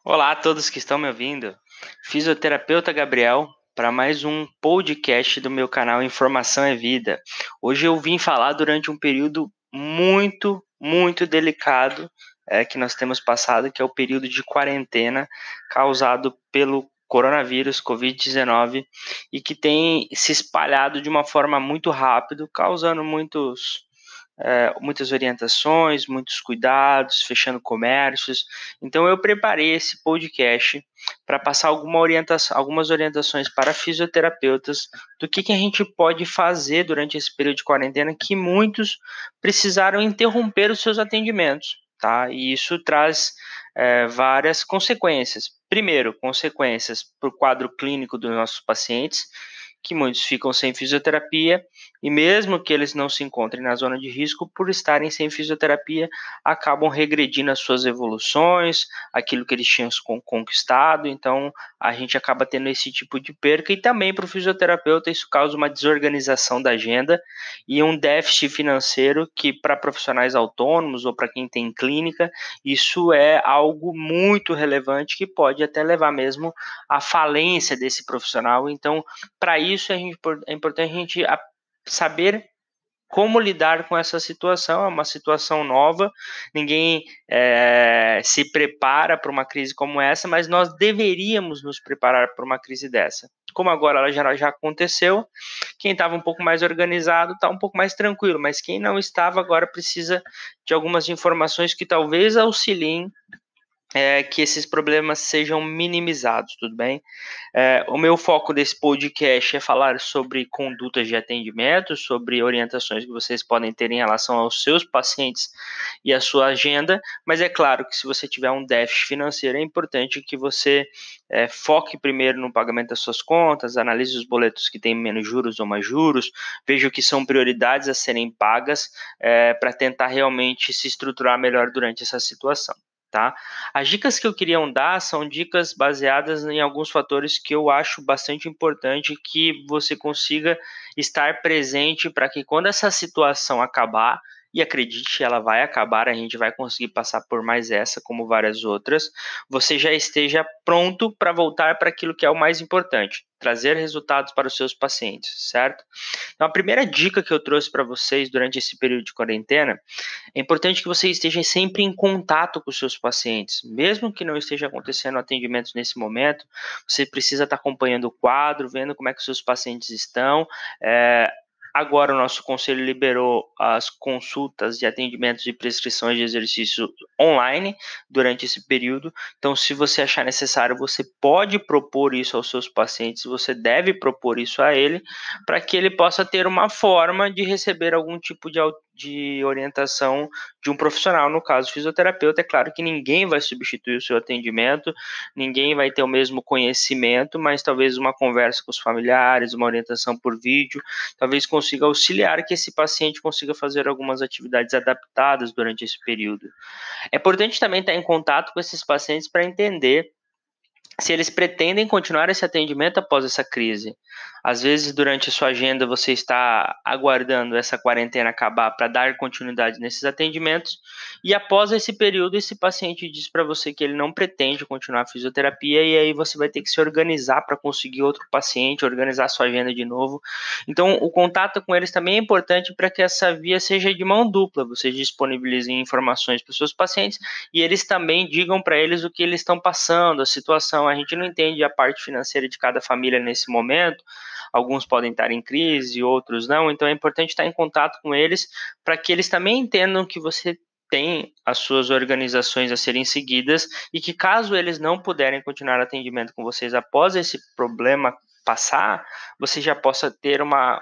Olá a todos que estão me ouvindo. Fisioterapeuta Gabriel para mais um podcast do meu canal Informação é Vida. Hoje eu vim falar durante um período muito delicado que nós temos passado, que é o período de quarentena causado pelo coronavírus Covid-19 e que tem se espalhado de uma forma muito rápida, causando muitas orientações, muitos cuidados, fechando comércios. Então eu preparei esse podcast para passar algumas orientações para fisioterapeutas do que a gente pode fazer durante esse período de quarentena, que muitos precisaram interromper os seus atendimentos, tá? E isso traz várias consequências. Primeiro, consequências para o quadro clínico dos nossos pacientes, que muitos ficam sem fisioterapia, e mesmo que eles não se encontrem na zona de risco, por estarem sem fisioterapia, acabam regredindo as suas evoluções, aquilo que eles tinham conquistado, então a gente acaba tendo esse tipo de perca, e também para o fisioterapeuta isso causa uma desorganização da agenda e um déficit financeiro que para profissionais autônomos ou para quem tem clínica, isso é algo muito relevante que pode até levar mesmo à falência desse profissional. Então, para isso é importante a gente saber como lidar com essa situação. É uma situação nova, ninguém se prepara para uma crise como essa, mas nós deveríamos nos preparar para uma crise dessa. Como agora ela já aconteceu, quem estava um pouco mais organizado está um pouco mais tranquilo, mas quem não estava agora precisa de algumas informações que talvez auxiliem que esses problemas sejam minimizados, tudo bem? O meu foco desse podcast é falar sobre condutas de atendimento, sobre orientações que vocês podem ter em relação aos seus pacientes e à sua agenda, mas é claro que se você tiver um déficit financeiro, é importante que você foque primeiro no pagamento das suas contas, analise os boletos que têm menos juros ou mais juros, veja o que são prioridades a serem pagas para tentar realmente se estruturar melhor durante essa situação. Tá? As dicas que eu queria dar são dicas baseadas em alguns fatores que eu acho bastante importante que você consiga estar presente para que quando essa situação acabar, e acredite, ela vai acabar, a gente vai conseguir passar por mais essa, como várias outras, você já esteja pronto para voltar para aquilo que é o mais importante, trazer resultados para os seus pacientes, certo? Então, a primeira dica que eu trouxe para vocês durante esse período de quarentena é importante que você esteja sempre em contato com os seus pacientes. Mesmo que não esteja acontecendo atendimento nesse momento, você precisa estar acompanhando o quadro, vendo como é que os seus pacientes estão. Agora o nosso conselho liberou as consultas de atendimentos de prescrições de exercício online durante esse período. Então, se você achar necessário, você pode propor isso aos seus pacientes, você deve propor isso a ele, para que ele possa ter uma forma de receber algum tipo de orientação de um profissional, no caso fisioterapeuta. É claro que ninguém vai substituir o seu atendimento, ninguém vai ter o mesmo conhecimento, mas talvez uma conversa com os familiares, uma orientação por vídeo, talvez consiga auxiliar que esse paciente consiga fazer algumas atividades adaptadas durante esse período. É importante também estar em contato com esses pacientes para entender se eles pretendem continuar esse atendimento após essa crise. Às vezes, durante a sua agenda, você está aguardando essa quarentena acabar para dar continuidade nesses atendimentos, e após esse período, esse paciente diz para você que ele não pretende continuar a fisioterapia, e aí você vai ter que se organizar para conseguir outro paciente, organizar a sua agenda de novo. Então, o contato com eles também é importante para que essa via seja de mão dupla, vocês disponibilizem informações para os seus pacientes e eles também digam para eles o que eles estão passando, a situação. A gente não entende a parte financeira de cada família nesse momento, alguns podem estar em crise, outros não, então é importante estar em contato com eles para que eles também entendam que você tem as suas organizações a serem seguidas e que caso eles não puderem continuar atendimento com vocês após esse problema passar, você já possa ter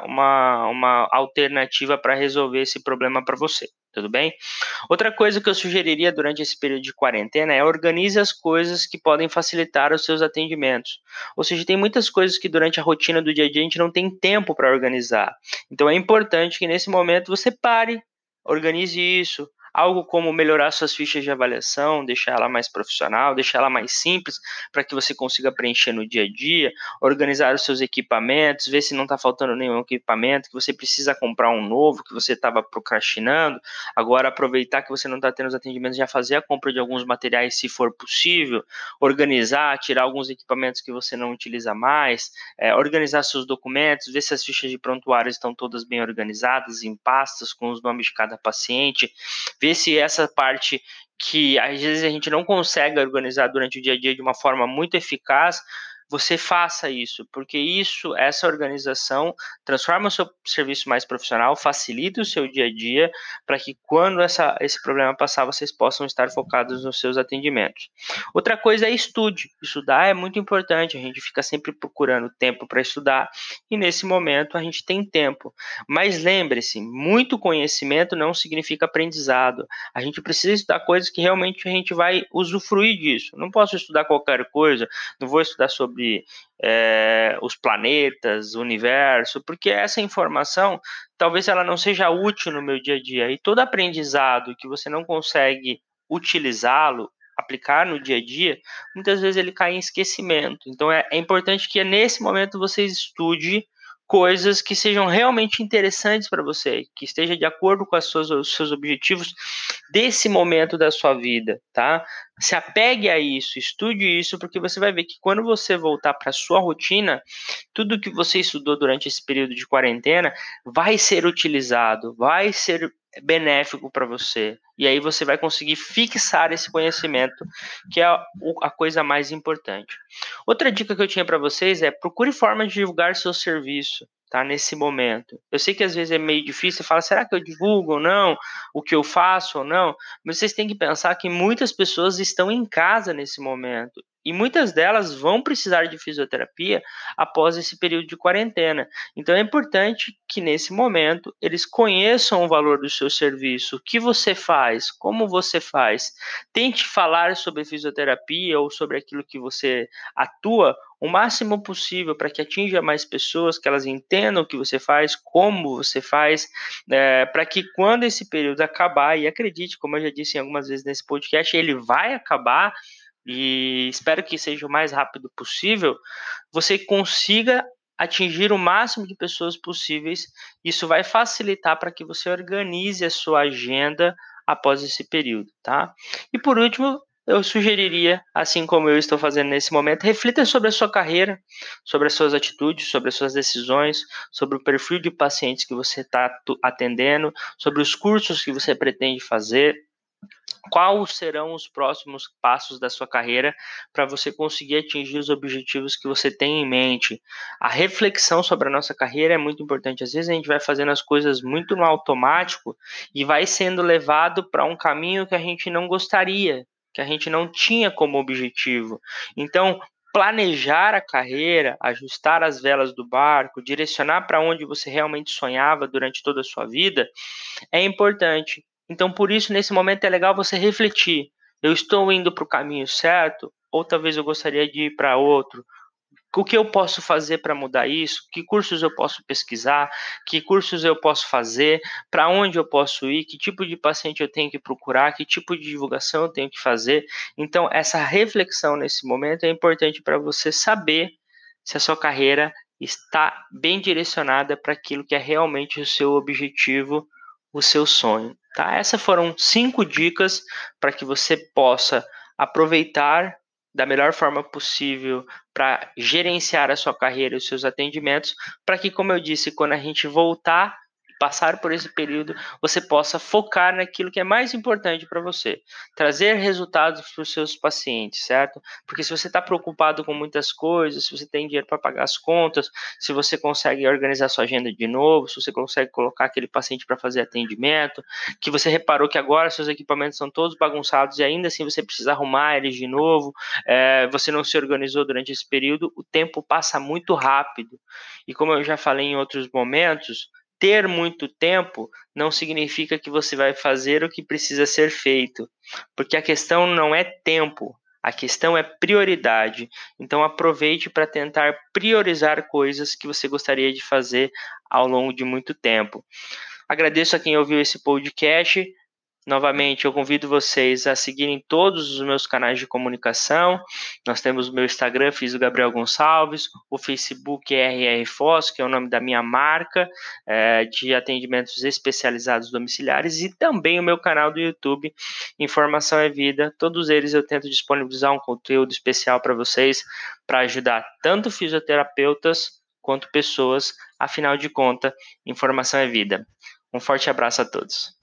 uma alternativa para resolver esse problema para você, tudo bem? Outra coisa que eu sugeriria durante esse período de quarentena é organize as coisas que podem facilitar os seus atendimentos. Ou seja, tem muitas coisas que durante a rotina do dia a dia a gente não tem tempo para organizar. Então é importante que nesse momento você pare, organize isso, algo como melhorar suas fichas de avaliação, deixar ela mais profissional, deixar ela mais simples para que você consiga preencher no dia a dia, organizar os seus equipamentos, ver se não está faltando nenhum equipamento, que você precisa comprar um novo, que você estava procrastinando, agora aproveitar que você não está tendo os atendimentos, já fazer a compra de alguns materiais se for possível, organizar, tirar alguns equipamentos que você não utiliza mais, organizar seus documentos, ver se as fichas de prontuário estão todas bem organizadas, em pastas com os nomes de cada paciente, ver se essa parte que às vezes a gente não consegue organizar durante o dia a dia de uma forma muito eficaz, você faça isso, porque essa organização transforma o seu serviço mais profissional, facilita o seu dia a dia, para que quando esse problema passar, vocês possam estar focados nos seus atendimentos. Outra coisa é estude. Estudar é muito importante, a gente fica sempre procurando tempo para estudar, e nesse momento a gente tem tempo. Mas lembre-se, muito conhecimento não significa aprendizado. A gente precisa estudar coisas que realmente a gente vai usufruir disso. Não posso estudar qualquer coisa, não vou estudar sobre os planetas, o universo, porque essa informação talvez ela não seja útil no meu dia a dia. E todo aprendizado que você não consegue utilizá-lo, aplicar no dia a dia, muitas vezes ele cai em esquecimento. Então é importante que nesse momento você estude coisas que sejam realmente interessantes para você, que esteja de acordo com os seus objetivos desse momento da sua vida, tá? Se apegue a isso, estude isso, porque você vai ver que quando você voltar para a sua rotina, tudo que você estudou durante esse período de quarentena vai ser utilizado, vai ser benéfico para você. E aí você vai conseguir fixar esse conhecimento, que é a coisa mais importante. Outra dica que eu tinha para vocês é procure formas de divulgar seu serviço, tá? Nesse momento. Eu sei que às vezes é meio difícil, você fala, será que eu divulgo ou não? O que eu faço ou não? Mas vocês têm que pensar que muitas pessoas estão em casa nesse momento. E muitas delas vão precisar de fisioterapia após esse período de quarentena. Então é importante que nesse momento eles conheçam o valor do seu serviço, o que você faz, como você faz. Tente falar sobre fisioterapia ou sobre aquilo que você atua o máximo possível para que atinja mais pessoas, que elas entendam o que você faz, como você faz, para que quando esse período acabar, e acredite, como eu já disse algumas vezes nesse podcast, ele vai acabar, e espero que seja o mais rápido possível, você consiga atingir o máximo de pessoas possíveis. Isso vai facilitar para que você organize a sua agenda após esse período, tá? E por último, eu sugeriria, assim como eu estou fazendo nesse momento, reflita sobre a sua carreira, sobre as suas atitudes, sobre as suas decisões, sobre o perfil de pacientes que você está atendendo, sobre os cursos que você pretende fazer, quais serão os próximos passos da sua carreira para você conseguir atingir os objetivos que você tem em mente. A reflexão sobre a nossa carreira é muito importante. Às vezes a gente vai fazendo as coisas muito no automático e vai sendo levado para um caminho que a gente não gostaria, que a gente não tinha como objetivo. Então, planejar a carreira, ajustar as velas do barco, direcionar para onde você realmente sonhava durante toda a sua vida, é importante. Então, por isso, nesse momento é legal você refletir. Eu estou indo para o caminho certo? Ou talvez eu gostaria de ir para outro? O que eu posso fazer para mudar isso? Que cursos eu posso pesquisar? Que cursos eu posso fazer? Para onde eu posso ir? Que tipo de paciente eu tenho que procurar? Que tipo de divulgação eu tenho que fazer? Então, essa reflexão nesse momento é importante para você saber se a sua carreira está bem direcionada para aquilo que é realmente o seu objetivo, o seu sonho. Tá? Essas foram 5 dicas para que você possa aproveitar da melhor forma possível para gerenciar a sua carreira e os seus atendimentos, para que, como eu disse, quando a gente voltar passar por esse período, você possa focar naquilo que é mais importante para você, trazer resultados para os seus pacientes, certo? Porque se você está preocupado com muitas coisas, se você tem dinheiro para pagar as contas, se você consegue organizar sua agenda de novo, se você consegue colocar aquele paciente para fazer atendimento, que você reparou que agora seus equipamentos são todos bagunçados e ainda assim você precisa arrumar eles de novo, você não se organizou durante esse período, o tempo passa muito rápido. E como eu já falei em outros momentos, ter muito tempo não significa que você vai fazer o que precisa ser feito, porque a questão não é tempo, a questão é prioridade. Então aproveite para tentar priorizar coisas que você gostaria de fazer ao longo de muito tempo. Agradeço a quem ouviu esse podcast. Novamente, eu convido vocês a seguirem todos os meus canais de comunicação. Nós temos o meu Instagram, Fisio Gabriel Gonçalves, o Facebook RR Foz, que é o nome da minha marca de atendimentos especializados domiciliares, e também o meu canal do YouTube, Informação é Vida. Todos eles eu tento disponibilizar um conteúdo especial para vocês, para ajudar tanto fisioterapeutas quanto pessoas. Afinal de contas, informação é vida. Um forte abraço a todos.